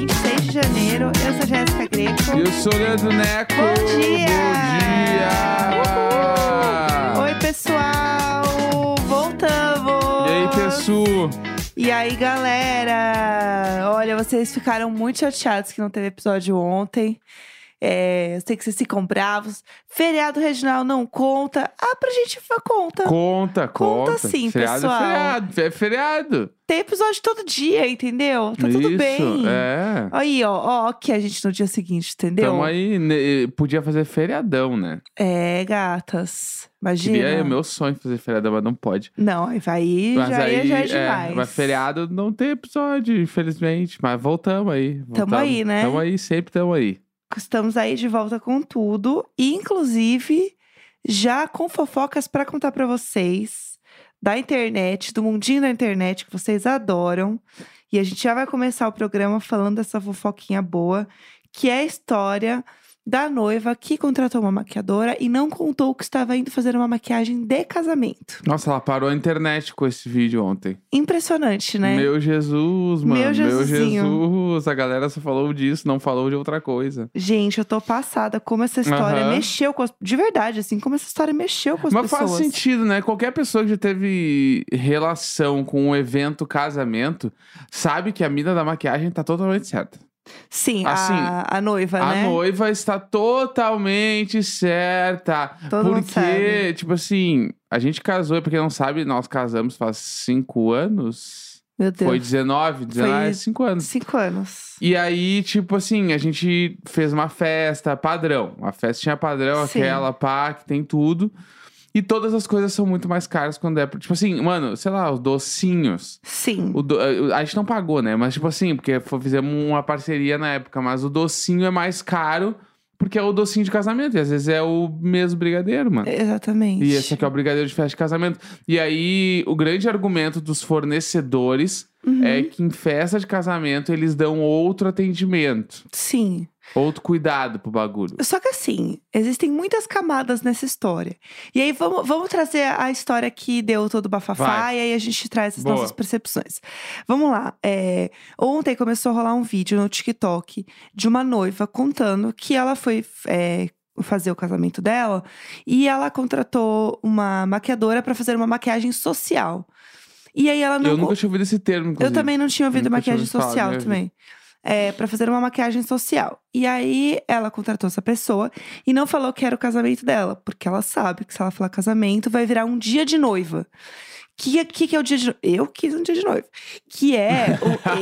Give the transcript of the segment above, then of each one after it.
26 de janeiro. Eu sou a Jéssica Greco. Eu sou o Leandro Neco. Bom dia! Bom dia! Oi, pessoal! Voltamos! E aí, Pessu? E aí, galera? Olha, vocês ficaram muito chateados que não teve episódio ontem. Eu sei que vocês ficam bravos. Feriado regional não conta. Pra gente conta. Conta sim, feriado pessoal. É feriado. Tem episódio todo dia, entendeu? Tá tudo Isso, bem. é. Aí, ó, aqui a gente no dia seguinte, entendeu? Tamo aí, podia fazer feriadão, né? Gatas. Imagina. É meu sonho fazer feriadão, mas não pode. Não, aí vai, Mas já aí, é demais. mas feriado não tem episódio, infelizmente. Mas voltamos aí. Tamo aí, né? Tamo aí, sempre tamo aí. Estamos aí de volta com tudo. E, inclusive, já com fofocas pra contar pra vocês. Da internet, do mundinho da internet, que vocês adoram. E a gente já vai começar o programa falando dessa fofoquinha boa. Que é a história da noiva que contratou uma maquiadora e não contou que estava indo fazer uma maquiagem de casamento. Nossa, ela parou a internet com esse vídeo ontem. Impressionante, né? Meu Jesus, mano. Meu Jesusinho. Jesus. A galera só falou disso, não falou de outra coisa. Gente, eu tô passada como essa história mexeu com as... De verdade, assim, como essa história mexeu com as Mas pessoas. faz sentido, né? Qualquer pessoa que já teve relação com um evento casamento sabe que a mina da maquiagem tá totalmente certa. Sim, Assim, a noiva, né? A noiva está totalmente certa. Todo mundo Porque, sabe. tipo assim, a gente casou, e pra quem não sabe, nós casamos faz 5 anos. Meu Deus. Foi 19, Foi 5 anos. 5 anos. E aí, tipo assim, a gente fez uma festa padrão. A festinha padrão, Sim. aquela pá, que tem tudo. E todas as coisas são muito mais caras quando é... Tipo assim, mano, sei lá, os docinhos. Sim. A gente não pagou, né? Mas tipo assim, porque fizemos uma parceria na época. Mas o docinho é mais caro porque é o docinho de casamento. E às vezes é o mesmo brigadeiro, mano. Exatamente. E esse aqui é o brigadeiro de festa de casamento. E aí, o grande argumento dos fornecedores é que em festa de casamento eles dão outro atendimento. Sim. Outro cuidado pro bagulho. Só que assim, existem muitas camadas nessa história. E aí, vamos trazer a história que deu todo o bafafá. Vai. E aí a gente traz as Boa. nossas percepções. Vamos lá. Ontem começou a rolar um vídeo no TikTok de uma noiva contando que ela foi... fazer o casamento dela e ela contratou uma maquiadora pra fazer uma maquiagem social. E aí ela não... Eu nunca tinha ouvido esse termo, inclusive. Eu também não tinha ouvido Nunca maquiagem tinha ouvido falar social na minha também. Pra fazer uma maquiagem social. E aí ela contratou essa pessoa e não falou que era o casamento dela, porque ela sabe que se ela falar casamento vai virar um dia de noiva. Que é o dia de noiva? Eu quis um dia de noiva. Que é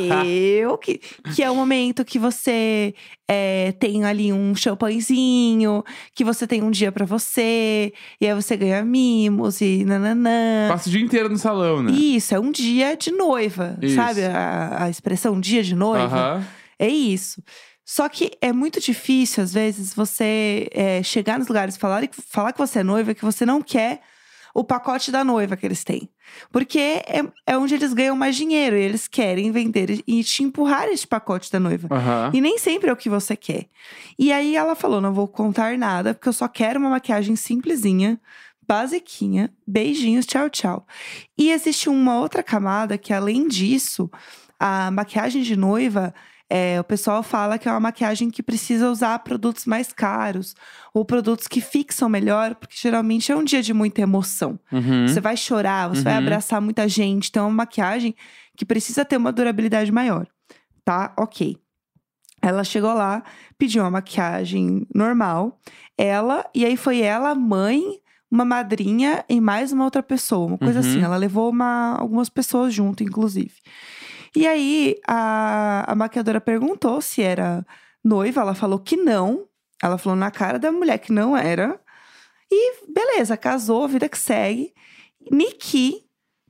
que é o momento que você tem ali um champanhezinho, que você tem um dia pra você, e aí você ganha mimos e nananã. Passa o dia inteiro no salão, né? Isso, é um dia de noiva, Isso. sabe? A expressão dia de noiva. Aham. É isso. Só que é muito difícil, às vezes, você chegar nos lugares e falar que você é noiva, que você não quer o pacote da noiva que eles têm. Porque é onde eles ganham mais dinheiro. E eles querem vender e te empurrar este pacote da noiva. Aham. E nem sempre é o que você quer. E aí ela falou, não vou contar nada, porque eu só quero uma maquiagem simplesinha, basiquinha, beijinhos, tchau, tchau. E existe uma outra camada que, além disso, a maquiagem de noiva... o pessoal fala que é uma maquiagem que precisa usar produtos mais caros ou produtos que fixam melhor, porque geralmente é um dia de muita emoção. Uhum. Você vai chorar, você vai abraçar muita gente, então é uma maquiagem que precisa ter uma durabilidade maior, tá? Ok. Ela chegou lá, pediu uma maquiagem normal, e aí foi ela, a mãe, uma madrinha e mais uma outra pessoa, uma coisa assim. Ela levou algumas pessoas junto, inclusive. E aí, a maquiadora perguntou se era noiva. Ela falou que não. Ela falou na cara da mulher que não era. E beleza, casou, vida que segue. Niki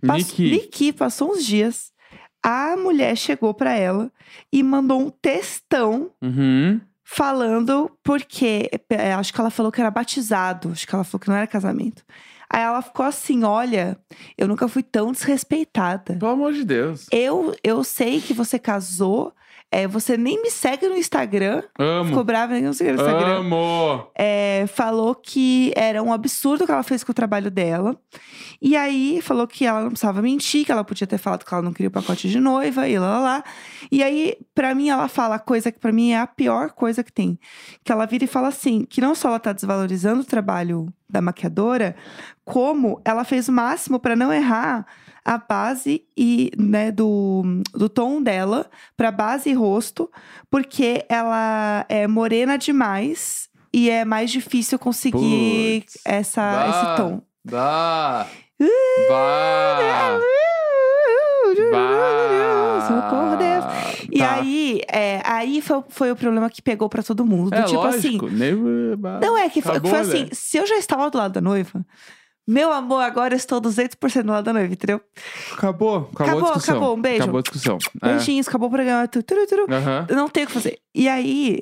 passou uns dias. A mulher chegou pra ela e mandou um textão falando porque... acho que ela falou que era batizado. Acho que ela falou que não era casamento. Aí ela ficou assim, olha, eu nunca fui tão desrespeitada. Pelo amor de Deus. Eu sei que você casou, você nem me segue no Instagram. Amo. Ficou brava, nem me segue no Instagram. Amo. Falou que era um absurdo o que ela fez com o trabalho dela. E aí, falou que ela não precisava mentir, que ela podia ter falado que ela não queria o pacote de noiva, e lá. E aí, pra mim, ela fala a coisa que pra mim é a pior coisa que tem. Que ela vira e fala assim, que não só ela tá desvalorizando o trabalho da maquiadora, como ela fez o máximo pra não errar a base e, né, do tom dela pra base e rosto, porque ela é morena demais e é mais difícil conseguir Puts. esse tom. Bah. Socorro, Deus. E Tá. aí foi o problema que pegou pra todo mundo. Tipo lógico. assim. Nem... Não é que foi Acabou, assim, né? se eu já estava do lado da noiva, meu amor, agora eu estou 200% do lado da noiva, entendeu? Acabou a discussão. Acabou, um beijo. Acabou a discussão. Beijinhos, acabou o programa. Turu. Aham. Não tem o que fazer. E aí,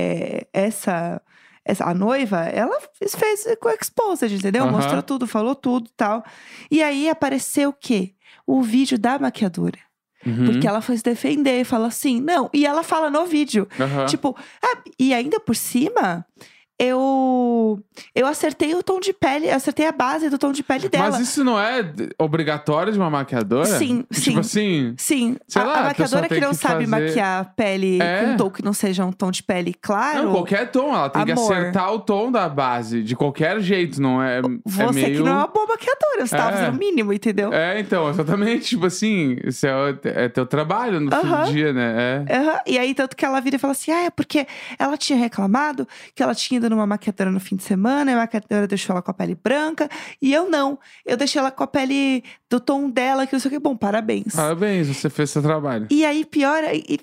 a noiva, ela fez com exposed, entendeu? Aham. Mostrou tudo, falou tudo e tal. E aí apareceu o quê? O vídeo da maquiadora. Uhum. Porque ela foi se defender e falou assim, não. E ela fala no vídeo. Aham. Tipo, e ainda por cima, eu acertei o tom de pele, acertei a base do tom de pele dela. Mas isso não é obrigatório de uma maquiadora? Sim, Tipo assim... Sim, sei lá, a a maquiadora pessoa que tem não que sabe fazer- maquiar a pele com um tom que não seja um tom de pele claro. Não, qualquer tom. Ela tem que Amor. acertar o tom da base. De qualquer jeito, não é... Você é meio... que não é uma boa maquiadora, você tava É. fazendo o mínimo, entendeu? Então, exatamente. Tipo assim, isso é teu trabalho no fim Aham. do dia, né? Aham. E aí, tanto que ela vira e fala assim: é porque ela tinha reclamado que ela tinha ido numa maquiadora no fim de semana, e a maquiadora deixou ela com a pele branca, e eu não. Eu deixei ela com a pele do tom dela, que não sei o que. Bom, parabéns. Parabéns, você fez seu trabalho. E aí, pior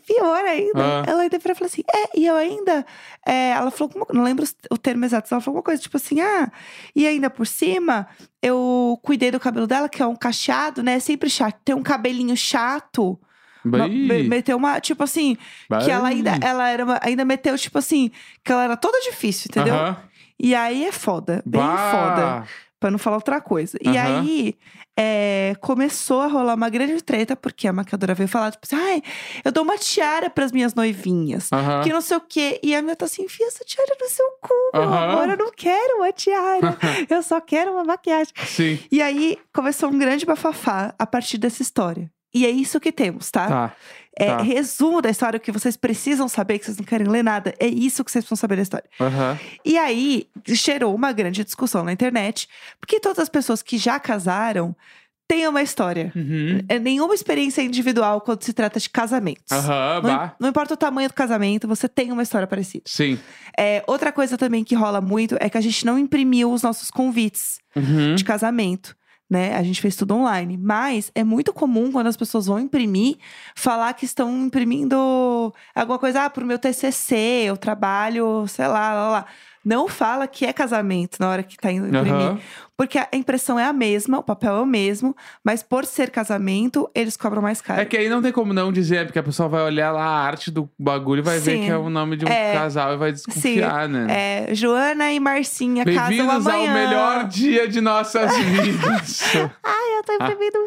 ainda, ela ainda vira e fala assim: e eu ainda. Ela falou, não lembro o termo exato, ela falou alguma coisa tipo assim: e ainda por cima, eu cuidei do cabelo dela, que é um cacheado, né? Sempre chato. Tem um cabelinho chato. Meteu uma, tipo assim, que ela ainda meteu, tipo assim, que ela era toda difícil, entendeu? Aham. E aí é foda, bem Bah. foda. Pra não falar outra coisa. E Aham. aí, começou a rolar uma grande treta, porque a maquiadora veio falar, tipo assim, eu dou uma tiara pras minhas noivinhas. Aham. Que não sei o quê. E a minha tá assim, enfia essa tiara no seu cu, meu Aham. amor. Eu não quero uma tiara. Eu só quero uma maquiagem. Sim. E aí, começou um grande bafafá a partir dessa história. E é isso que temos, tá? Tá. Tá. Resumo da história, o que vocês precisam saber, que vocês não querem ler nada. É isso que vocês precisam saber da história. Aham. E aí, gerou uma grande discussão na internet. Porque todas as pessoas que já casaram têm uma história. Uhum. Nenhuma experiência individual quando se trata de casamentos. Aham, bah. Não importa o tamanho do casamento, você tem uma história parecida. Sim. Outra coisa também que rola muito é que a gente não imprimiu os nossos convites Uhum. de casamento. Né? A gente fez tudo online. Mas é muito comum, quando as pessoas vão imprimir, falar que estão imprimindo alguma coisa, pro meu TCC, eu trabalho, sei lá. Não fala que é casamento na hora que tá indo imprimir. Aham. Porque a impressão é a mesma, o papel é o mesmo, mas por ser casamento, eles cobram mais caro. É que aí não tem como não dizer, porque a pessoa vai olhar lá a arte do bagulho e vai ver Sim. que é o nome de um casal e vai desconfiar, né? Joana e Marcinha casam Bem-vindos ao amanhã. melhor dia de nossas vidas. Eu tô imprimindo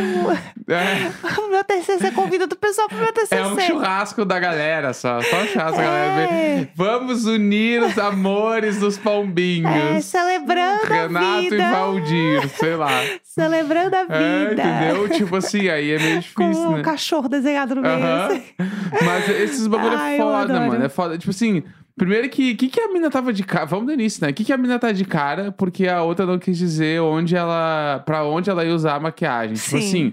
É. o meu TCC, convido do pessoal pro meu TCC. É um churrasco da galera, só um churrasco da galera. Vamos unir os amores dos pombinhos. Celebrando Renato a vida. e Valdir, sei lá. Celebrando a vida. Entendeu? Tipo assim, aí é meio Com difícil, um né? cachorro desenhado no meio. Aham. Assim. Mas esses bagulho Ai, é eu foda, adoro. mano. É foda. Tipo assim, primeiro que a mina tava de cara. Vamos do início, né? Que a mina tá de cara porque a outra não quis dizer pra onde ela ia usar a maquiagem. Tipo Sim. assim.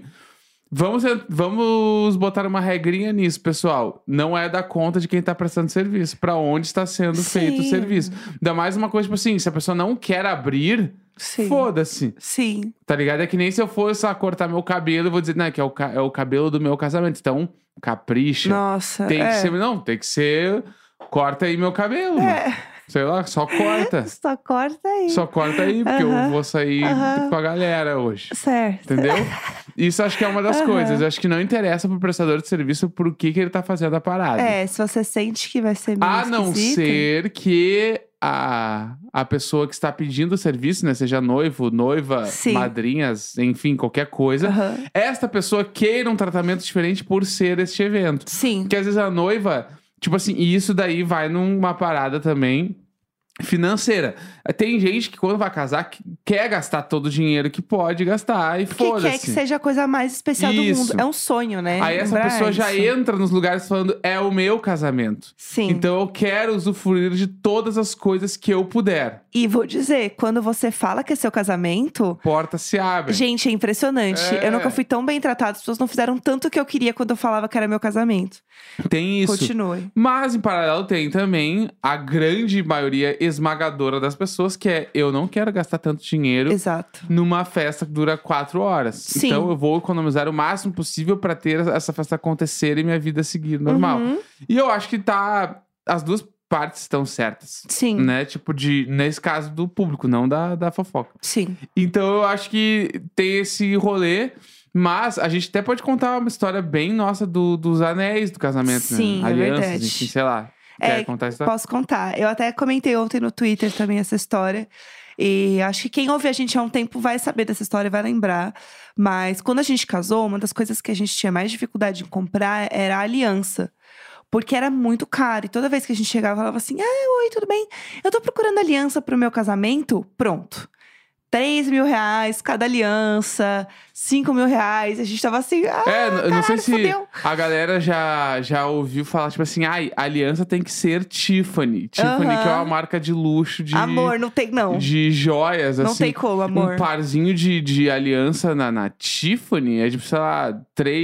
Vamos botar uma regrinha nisso, pessoal. Não é da conta de quem tá prestando serviço, pra onde está sendo feito o Sim. serviço. Ainda mais uma coisa, tipo assim, se a pessoa não quer abrir, Sim. foda-se. Sim. Tá ligado? É que nem se eu fosse lá cortar meu cabelo e vou dizer, né, que é o cabelo do meu casamento. Então, capricha. Nossa. Tem que ser. Não, tem que ser. Corta aí meu cabelo. Mano. Sei lá, só corta. Só corta aí. Só corta aí, porque eu Aham. vou sair Aham. com a galera hoje. Certo. Entendeu? Isso acho que é uma das Aham. coisas. Eu acho que não interessa pro prestador de serviço por que ele tá fazendo a parada. Se você sente que vai ser meio A não esquisito. ser que a pessoa que está pedindo o serviço, né? Seja noivo, noiva, Sim. madrinhas, enfim, qualquer coisa. Aham. Esta pessoa queira um tratamento diferente por ser este evento. Sim. Porque às vezes a noiva, tipo assim, e isso daí vai numa parada também financeira. Tem gente que quando vai casar quer gastar todo o dinheiro que pode gastar e Porque foda-se. quer que seja a coisa mais especial do Isso. mundo. É um sonho, né? Aí essa Lembrar pessoa já isso. entra nos lugares falando, é o meu casamento. Sim. Então eu quero usufruir de todas as coisas que eu puder. E vou dizer, quando você fala que é seu casamento, Porta se abre. gente, é impressionante. É. Eu nunca fui tão bem tratada. As pessoas não fizeram tanto o que eu queria quando eu falava que era meu casamento. Tem isso. Continue. Mas, em paralelo, tem também a grande maioria esmagadora das pessoas que é, eu não quero gastar tanto dinheiro Exato. numa festa que dura 4 horas. Sim. Então, eu vou economizar o máximo possível pra ter essa festa acontecer e minha vida seguir normal. Uhum. E eu acho que as duas partes estão certas. Sim. Né? Tipo, nesse caso do público, não da fofoca. Sim. Então, eu acho que tem esse rolê. Mas a gente até pode contar uma história bem nossa dos anéis do casamento, Sim, né? é Alianças, verdade. enfim, sei lá. Quer contar a história? Posso contar. Eu até comentei ontem no Twitter também essa história. E acho que quem ouve a gente há um tempo vai saber dessa história e vai lembrar. Mas quando a gente casou, uma das coisas que a gente tinha mais dificuldade em comprar era a aliança. Porque era muito caro. E toda vez que a gente chegava, falava assim: oi, tudo bem? Eu tô procurando aliança pro meu casamento. Pronto. 3 mil reais cada aliança, 5 mil reais. A gente tava assim, Eu não sei se fudeu. a galera já ouviu falar, tipo assim, a aliança tem que ser Tiffany. Tiffany, que é uma marca de luxo de... Amor, não tem, não. De joias, Não assim. tem como, amor. Um parzinho de aliança na Tiffany é tipo, sei lá,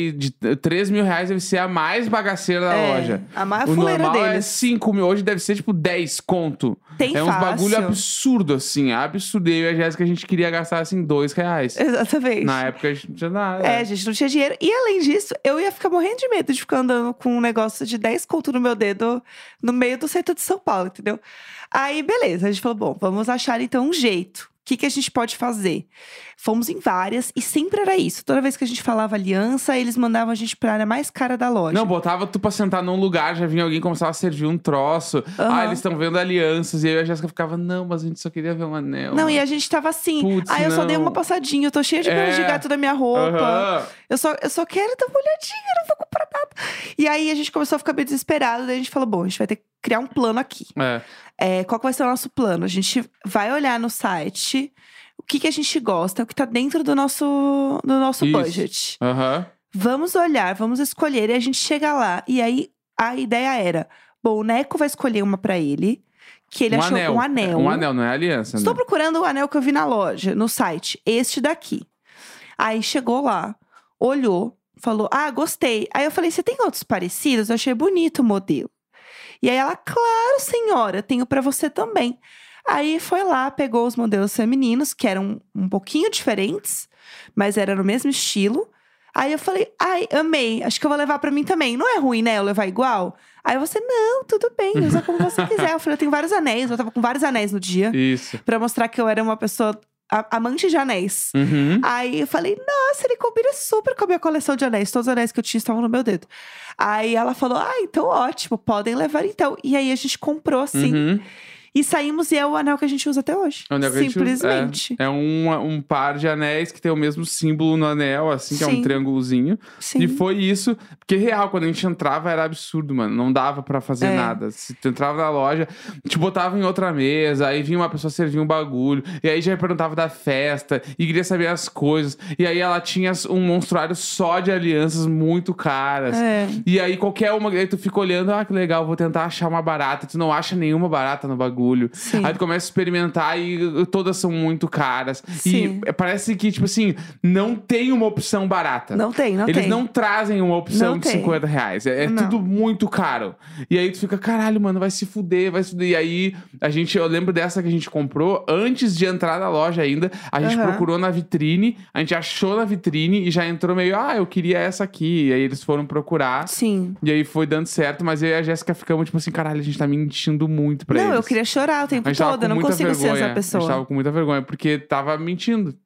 3 mil reais deve ser a mais bagaceira da loja. A mais O fuleira normal é deles. 5 mil, hoje deve ser tipo 10 conto. Tem É uns fácil. bagulho absurdo, assim, absurdo. Eu e a Jéssica, a gente queria gastar, assim, 2 reais. Exatamente. Na época, a gente não tinha nada. A gente não tinha dinheiro. E além disso, eu ia ficar morrendo de medo de ficar andando com um negócio de 10 conto no meu dedo no meio do centro de São Paulo, entendeu? Aí, beleza. A gente falou, bom, vamos achar então um jeito. O que a gente pode fazer? Fomos em várias e sempre era isso. Toda vez que a gente falava aliança, eles mandavam a gente pra área mais cara da loja. Não, botava tu pra sentar num lugar, já vinha alguém começava a servir um troço. Eles estão vendo alianças. E aí a Jéssica ficava, não, mas a gente só queria ver um anel. Não, e a gente tava assim, Putz, eu só dei não. uma passadinha, eu tô cheia de pelo de gato na minha roupa. Aham. Eu só quero dar uma olhadinha, eu não vou comprar nada. E aí a gente começou a ficar meio desesperado, daí a gente falou, bom, a gente vai ter que criar um plano aqui. Qual que vai ser o nosso plano? A gente vai olhar no site o que a gente gosta, o que tá dentro do nosso Isso. budget. Aham. Vamos olhar, vamos escolher, e a gente chega lá. E aí, a ideia era, bom, o Neco vai escolher uma pra ele, que ele achou um anel. Um anel, não é aliança, Estou né? procurando o anel que eu vi na loja, no site, este daqui. Aí chegou lá, olhou, falou, gostei. Aí eu falei, você tem outros parecidos? Eu achei bonito o modelo. E aí ela, claro, senhora, tenho pra você também. Aí foi lá, pegou os modelos femininos, que eram um pouquinho diferentes, mas era no mesmo estilo. Aí eu falei, amei, acho que eu vou levar pra mim também. Não é ruim, né, eu levar igual? Aí você, não, tudo bem, usa como você quiser. Eu falei, eu tenho vários anéis, eu tava com vários anéis no dia. Isso. Pra mostrar que eu era uma pessoa amante de anéis. Uhum. Aí eu falei, nossa, ele combina super com a minha coleção de anéis. Todos os anéis que eu tinha estavam no meu dedo. Aí ela falou, então ótimo, podem levar então. E aí a gente comprou assim. Uhum. E saímos e é o anel que a gente usa até hoje. É o anel que a gente Simplesmente. É um par de anéis que tem o mesmo símbolo no anel, assim, que é um Sim. triângulozinho. Sim. E foi isso. Porque, real, quando a gente entrava era absurdo, mano. Não dava pra fazer nada. Se tu entrava na loja, te botava em outra mesa, aí vinha uma pessoa servir um bagulho. E aí já perguntava da festa e queria saber as coisas. E aí ela tinha um monstruário só de alianças muito caras. E aí qualquer uma, aí tu fica olhando, que legal, vou tentar achar uma barata. Tu não acha nenhuma barata no bagulho. Sim. Aí tu começa a experimentar e todas são muito caras. Sim. E parece que, tipo assim, não tem uma opção barata. Não tem. Eles não trazem uma opção Não de tem. 50 reais. É Não. tudo muito caro. E aí tu fica, caralho, mano, vai se fuder, vai se fuder. E aí, eu lembro dessa que a gente comprou, antes de entrar na loja ainda, a gente procurou na vitrine, a gente achou na vitrine e já entrou meio, eu queria essa aqui. E aí eles foram procurar. Sim. E aí foi dando certo, mas eu e a Jéssica ficamos tipo assim, caralho, a gente tá mentindo muito pra eles. Não, eu queria chorar o tempo todo, eu não consigo ser essa A gente pessoa. tava com muita vergonha, porque tava mentindo.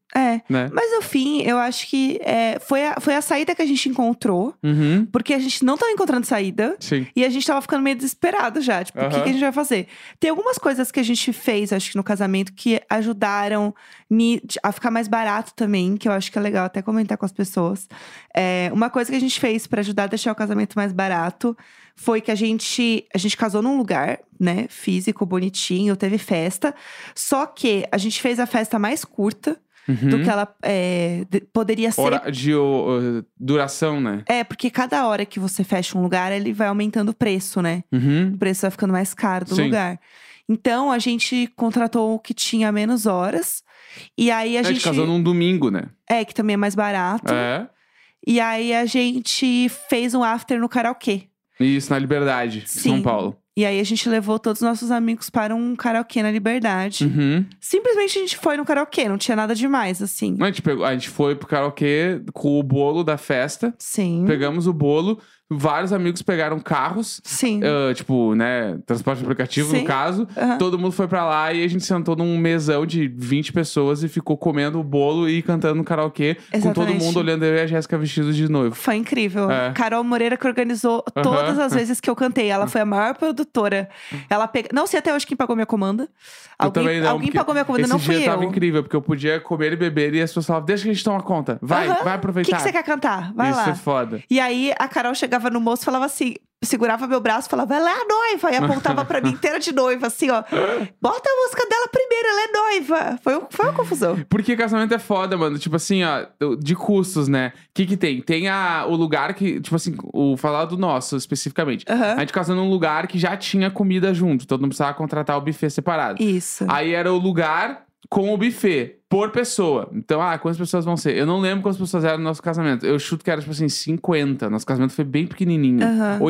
né? Mas no fim, eu acho que foi a saída que a gente encontrou. Porque a gente não tava encontrando saída. Sim. E a gente tava ficando meio desesperado já. Tipo, o que a gente vai fazer? Tem algumas coisas que a gente fez, acho que no casamento, que ajudaram a ficar mais barato também. Que eu acho que é legal até comentar com as pessoas. Uma coisa que a gente fez pra ajudar a deixar o casamento mais barato foi que a gente casou num lugar, né, físico, bonitinho, teve festa. Só que a gente fez a festa mais curta do que ela poderia ser. Duração, né? Porque cada hora que você fecha um lugar, ele vai aumentando o preço, né? O preço vai ficando mais caro do lugar. Então, a gente contratou o que tinha menos horas. E aí a gente casou num domingo, né? Que também é mais barato. E aí a gente fez um after no karaokê. Isso, na Liberdade, São Paulo. E aí a gente levou todos os nossos amigos para um karaokê na Liberdade. Simplesmente a gente foi no karaokê, não tinha nada demais, assim. A gente foi pro karaokê com o bolo da festa. Sim. Pegamos o bolo. Vários amigos pegaram carros. Sim. Tipo, né, transporte aplicativo, no caso. Todo mundo foi pra lá e a gente sentou num mesão de 20 pessoas e ficou comendo o bolo e cantando no karaokê. Exatamente. Com todo mundo olhando eu e a Jéssica vestidos de noivo. Foi incrível. Carol Moreira que organizou todas as vezes que eu cantei. Ela foi a maior produtora. Não sei até hoje quem pagou minha comanda. Alguém pagou minha comanda, não fui eu. Esse dia tava incrível, porque eu podia comer e beber e as pessoas falavam, deixa que a gente toma conta. Vai aproveitar. O que você quer cantar? Vai lá. Isso é foda. E aí, a Carol chegava no moço e falava assim, segurava meu braço e falava, ela é a noiva. E apontava pra mim inteira de noiva, assim, ó. Bota a música dela primeiro, ela é noiva. Foi uma confusão. Porque casamento é foda, mano. Tipo assim, ó, de custos, né? O que tem? Tem o lugar que, tipo assim, falar do nosso especificamente. A gente casou num lugar que já tinha comida junto. Então não precisava contratar o buffet separado. Isso. Aí era o lugar com o buffet. Por pessoa. Então, quantas pessoas vão ser? Eu não lembro quantas pessoas eram no nosso casamento. Eu chuto que era, tipo assim, 50. Nosso casamento foi bem pequenininho.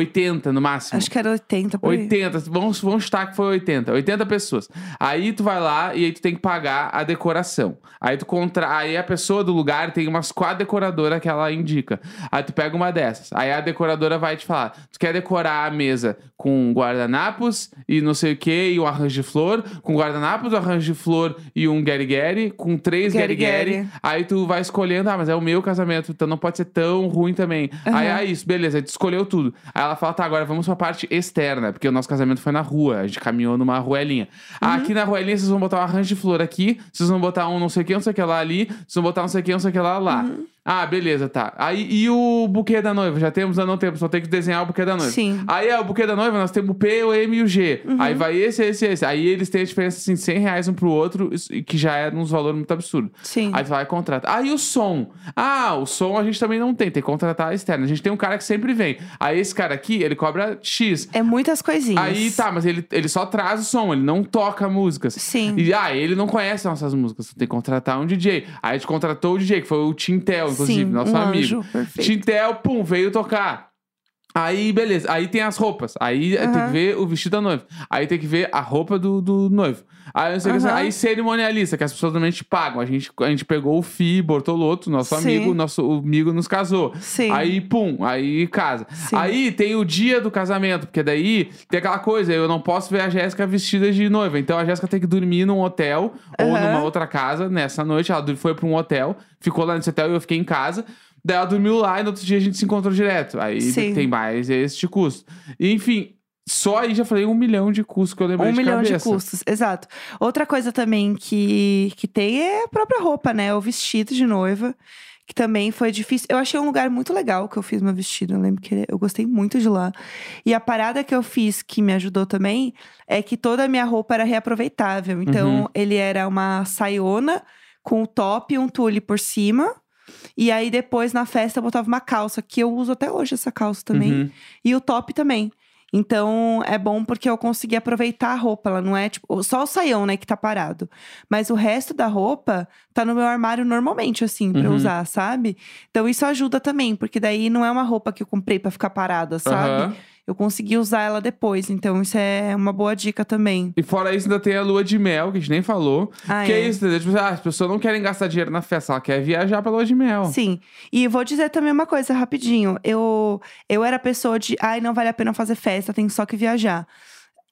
80 no máximo. Acho que era 80 por aí. 80. Vamos chutar que foi 80. 80 pessoas. Aí tu vai lá e aí tu tem que pagar a decoração. Aí aí a pessoa do lugar tem umas 4 decoradoras que ela indica. Aí tu pega uma dessas. Aí a decoradora vai te falar, tu quer decorar a mesa com guardanapos e não sei o que, e um arranjo de flor, com guardanapos, um arranjo de flor e um guerigueri, com 3 guerigueri. Aí tu vai escolhendo, mas é o meu casamento, então não pode ser tão ruim também. Aí isso, beleza, a gente escolheu tudo. Aí ela fala, tá, agora vamos pra parte externa, porque o nosso casamento foi na rua, a gente caminhou numa ruelinha. Aqui na ruelinha vocês vão botar um arranjo de flor aqui, vocês vão botar um não sei o que lá ali, vocês vão botar não sei o que lá. Beleza, tá. Aí, e o buquê da noiva? Já temos ou não temos? Só tem que desenhar o buquê da noiva. Sim. Aí, o buquê da noiva, nós temos o P, o M e o G. Aí vai esse. Aí eles têm a diferença, assim, R$100 um pro outro, que já é uns valores muito absurdos. Sim. Aí tu vai e contrata. Aí o som. O som a gente também não tem que contratar a externa. A gente tem um cara que sempre vem. Aí esse cara aqui, ele cobra X. É muitas coisinhas. Aí tá, mas ele só traz o som, ele não toca músicas. Sim. E ele não conhece nossas músicas. Tu tem que contratar um DJ. Aí a gente contratou o DJ, que foi o Tintel, inclusive, nosso amigo. Tintel, veio tocar. Aí, beleza. Aí tem as roupas. Aí tem que ver o vestido da noiva. Aí tem que ver a roupa do noivo. Aí, não sei o que, aí cerimonialista, que as pessoas normalmente pagam. A gente pegou o Fi Bortolotto, nosso amigo. Nosso amigo nos casou. Sim. Aí, aí casa. Sim. Aí tem o dia do casamento, porque daí tem aquela coisa, eu não posso ver a Jéssica vestida de noiva. Então a Jéssica tem que dormir num hotel ou numa outra casa nessa noite. Ela foi pra um hotel, ficou lá nesse hotel e eu fiquei em casa. Daí ela dormiu lá e no outro dia a gente se encontrou direto. Aí tem mais este custo. E, enfim, só aí já falei 1 milhão de custos que eu lembrei de cabeça. 1 milhão de custos, exato. Outra coisa também que tem é a própria roupa, né? O vestido de noiva, que também foi difícil. Eu achei um lugar muito legal que eu fiz meu vestido. Eu lembro que eu gostei muito de lá. E a parada que eu fiz, que me ajudou também, é que toda a minha roupa era reaproveitável. Então, ele era uma saiona com o top e um tule por cima. E aí, depois, na festa, eu botava uma calça, que eu uso até hoje essa calça também. E o top também. Então, é bom porque eu consegui aproveitar a roupa. Ela não é, tipo, só o saião, né, que tá parado. Mas o resto da roupa tá no meu armário normalmente, assim, pra usar, sabe? Então, isso ajuda também. Porque daí não é uma roupa que eu comprei pra ficar parada, sabe? Eu consegui usar ela depois. Então, isso é uma boa dica também. E fora isso, ainda tem a lua de mel, que a gente nem falou. Que é isso, entendeu? Tipo, as pessoas não querem gastar dinheiro na festa. Ela quer viajar pra lua de mel. Sim. E vou dizer também uma coisa, rapidinho. Eu era pessoa de... não vale a pena fazer festa, tem só que viajar.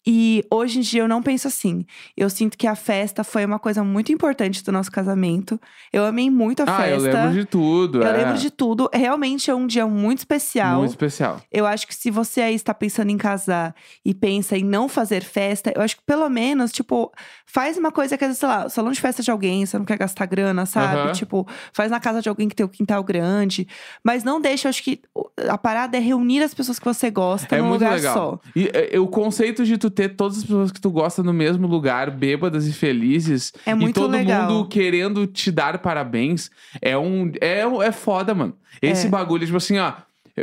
E hoje em dia eu não penso assim. Eu sinto que a festa foi uma coisa muito importante do nosso casamento. Eu amei muito a festa. Eu lembro de tudo. Eu lembro de tudo. Realmente é um dia muito especial. Muito especial. Eu acho que se você aí está pensando em casar e pensa em não fazer festa, eu acho que pelo menos, tipo, faz uma coisa que, sei lá, o salão de festa de alguém, você não quer gastar grana, sabe? Tipo, faz na casa de alguém que tem um quintal grande. Mas não deixa, eu acho que a parada é reunir as pessoas que você gosta num lugar legal. só. E o conceito de tu ter todas as pessoas que tu gosta no mesmo lugar, bêbadas e felizes, é muito e todo legal. mundo querendo te dar parabéns, é foda, mano. Esse bagulho, tipo assim, ó,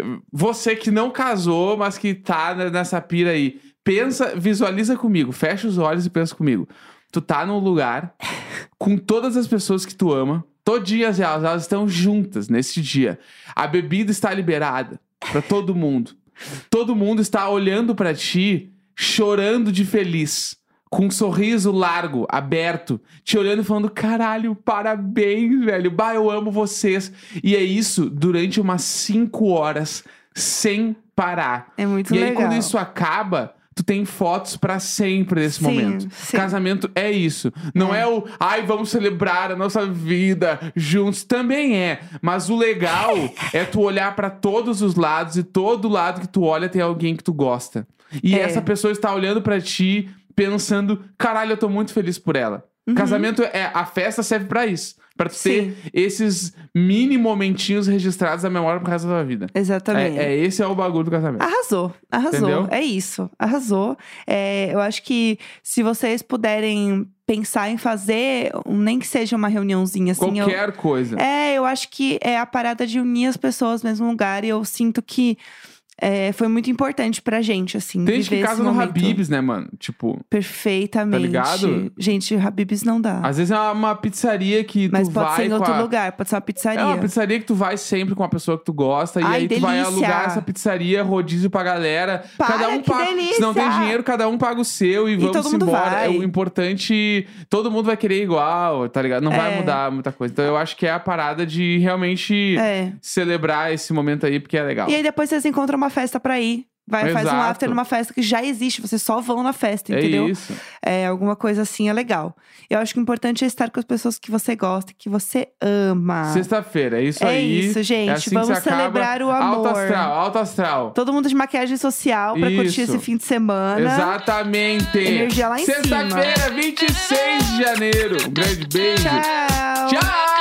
você que não casou, mas que tá nessa pira aí, visualiza comigo, fecha os olhos e pensa comigo. Tu tá num lugar com todas as pessoas que tu ama, todinhas elas estão juntas nesse dia. A bebida está liberada pra todo mundo. Todo mundo está olhando pra ti, chorando de feliz, com um sorriso largo, aberto, te olhando e falando, caralho, parabéns, velho, bah, eu amo vocês. E é isso durante umas 5 horas, sem parar. É muito legal. legal. E aí, quando isso acaba, tu tem fotos pra sempre desse momento. Sim. Casamento é isso. Não é vamos celebrar a nossa vida juntos. Também é. Mas o legal é tu olhar pra todos os lados e todo lado que tu olha tem alguém que tu gosta. E essa pessoa está olhando pra ti pensando, caralho, eu tô muito feliz por ela. Casamento a festa serve pra isso. Pra tu ter esses mini momentinhos registrados na memória pro resto da tua vida. Exatamente. Esse é o bagulho do casamento. Arrasou. Entendeu? É isso. Arrasou. Eu acho que se vocês puderem pensar em fazer, nem que seja uma reuniãozinha assim. Qualquer coisa. Eu acho que é a parada de unir as pessoas no mesmo lugar. E eu sinto que foi muito importante pra gente, assim. Tem gente que casa no momento. Habib's, né, mano? Tipo. Perfeitamente. Tá ligado? Gente, Habib's não dá. Às vezes é uma pizzaria que Mas tu pode vai ser em com outro lugar, pode ser uma pizzaria. É uma pizzaria que tu vai sempre com uma pessoa que tu gosta. E Ai, aí tu vai delícia. alugar essa pizzaria, rodízio pra galera. Cada um que paga. delícia. Se não tem dinheiro, cada um paga o seu e vamos todo mundo embora. vai. O importante, todo mundo vai querer igual, tá ligado? Não vai mudar muita coisa. Então eu acho que é a parada de realmente celebrar esse momento aí, porque é legal. E aí depois vocês encontram uma festa pra ir. Faz um Exato. after numa festa que já existe. Vocês só vão na festa, entendeu? É isso. Alguma coisa assim é legal. Eu acho que o importante é estar com as pessoas que você gosta, que você ama. Sexta-feira, é isso aí. É isso, gente. É assim Vamos que se acaba. celebrar o amor. Alto astral. Todo mundo de maquiagem social pra curtir esse fim de semana. Exatamente. Energia lá em cima. Sexta-feira, 26 de janeiro. Um grande beijo. Tchau. Tchau.